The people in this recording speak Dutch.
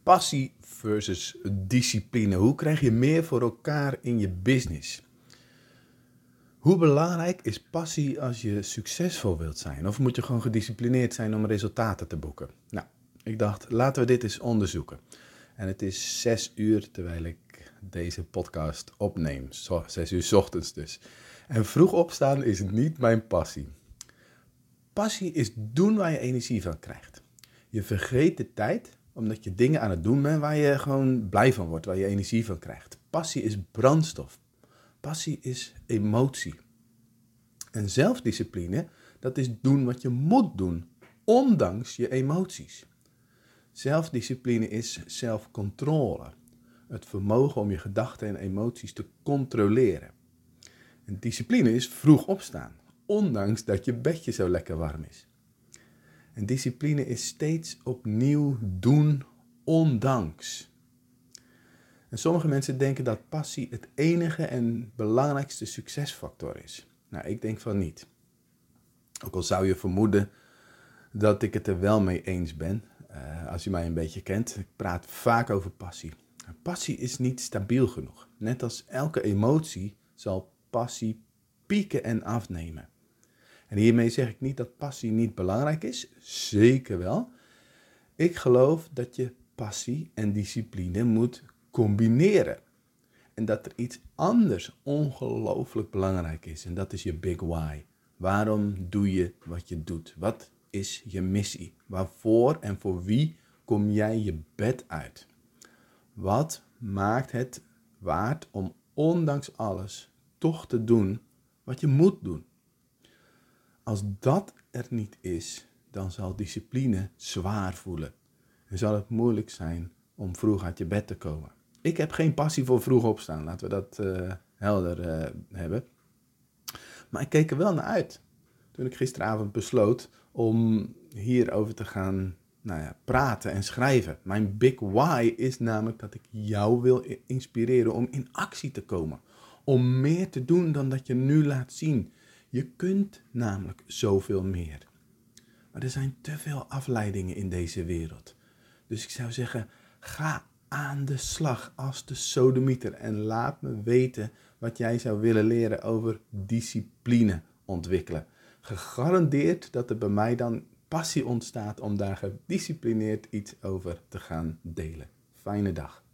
Passie versus discipline. Hoe krijg je meer voor elkaar in je business? Hoe belangrijk is passie als je succesvol wilt zijn? Of moet je gewoon gedisciplineerd zijn om resultaten te boeken? Nou, ik dacht, laten we dit eens onderzoeken. En het is 6 uur terwijl ik deze podcast opneem. 6 uur 's ochtends dus. En vroeg opstaan is niet mijn passie. Passie is doen waar je energie van krijgt. Je vergeet de tijd omdat je dingen aan het doen bent waar je gewoon blij van wordt, waar je energie van krijgt. Passie is brandstof. Passie is emotie. En zelfdiscipline, dat is doen wat je moet doen, ondanks je emoties. Zelfdiscipline is zelfcontrole. Het vermogen om je gedachten en emoties te controleren. En discipline is vroeg opstaan, ondanks dat je bedje zo lekker warm is. En discipline is steeds opnieuw doen, ondanks. En sommige mensen denken dat passie het enige en belangrijkste succesfactor is. Nou, ik denk van niet. Ook al zou je vermoeden dat ik het er wel mee eens ben, als je mij een beetje kent. Ik praat vaak over passie. Passie is niet stabiel genoeg. Net als elke emotie zal passie pieken en afnemen. En hiermee zeg ik niet dat passie niet belangrijk is. Zeker wel. Ik geloof dat je passie en discipline moet combineren. En dat er iets anders ongelooflijk belangrijk is. En dat is je big why. Waarom doe je wat je doet? Wat is je missie? Waarvoor en voor wie kom jij je bed uit? Wat maakt het waard om ondanks alles toch te doen wat je moet doen? Als dat er niet is, dan zal discipline zwaar voelen. En zal het moeilijk zijn om vroeg uit je bed te komen. Ik heb geen passie voor vroeg opstaan, laten we dat helder hebben. Maar ik keek er wel naar uit. Toen ik gisteravond besloot om hierover te gaan praten en schrijven. Mijn big why is namelijk dat ik jou wil inspireren om in actie te komen. Om meer te doen dan dat je nu laat zien. Je kunt namelijk zoveel meer. Maar er zijn te veel afleidingen in deze wereld. Dus ik zou zeggen, ga aan de slag als de sodemieter. En laat me weten wat jij zou willen leren over discipline ontwikkelen. Gegarandeerd dat er bij mij dan passie ontstaat om daar gedisciplineerd iets over te gaan delen. Fijne dag.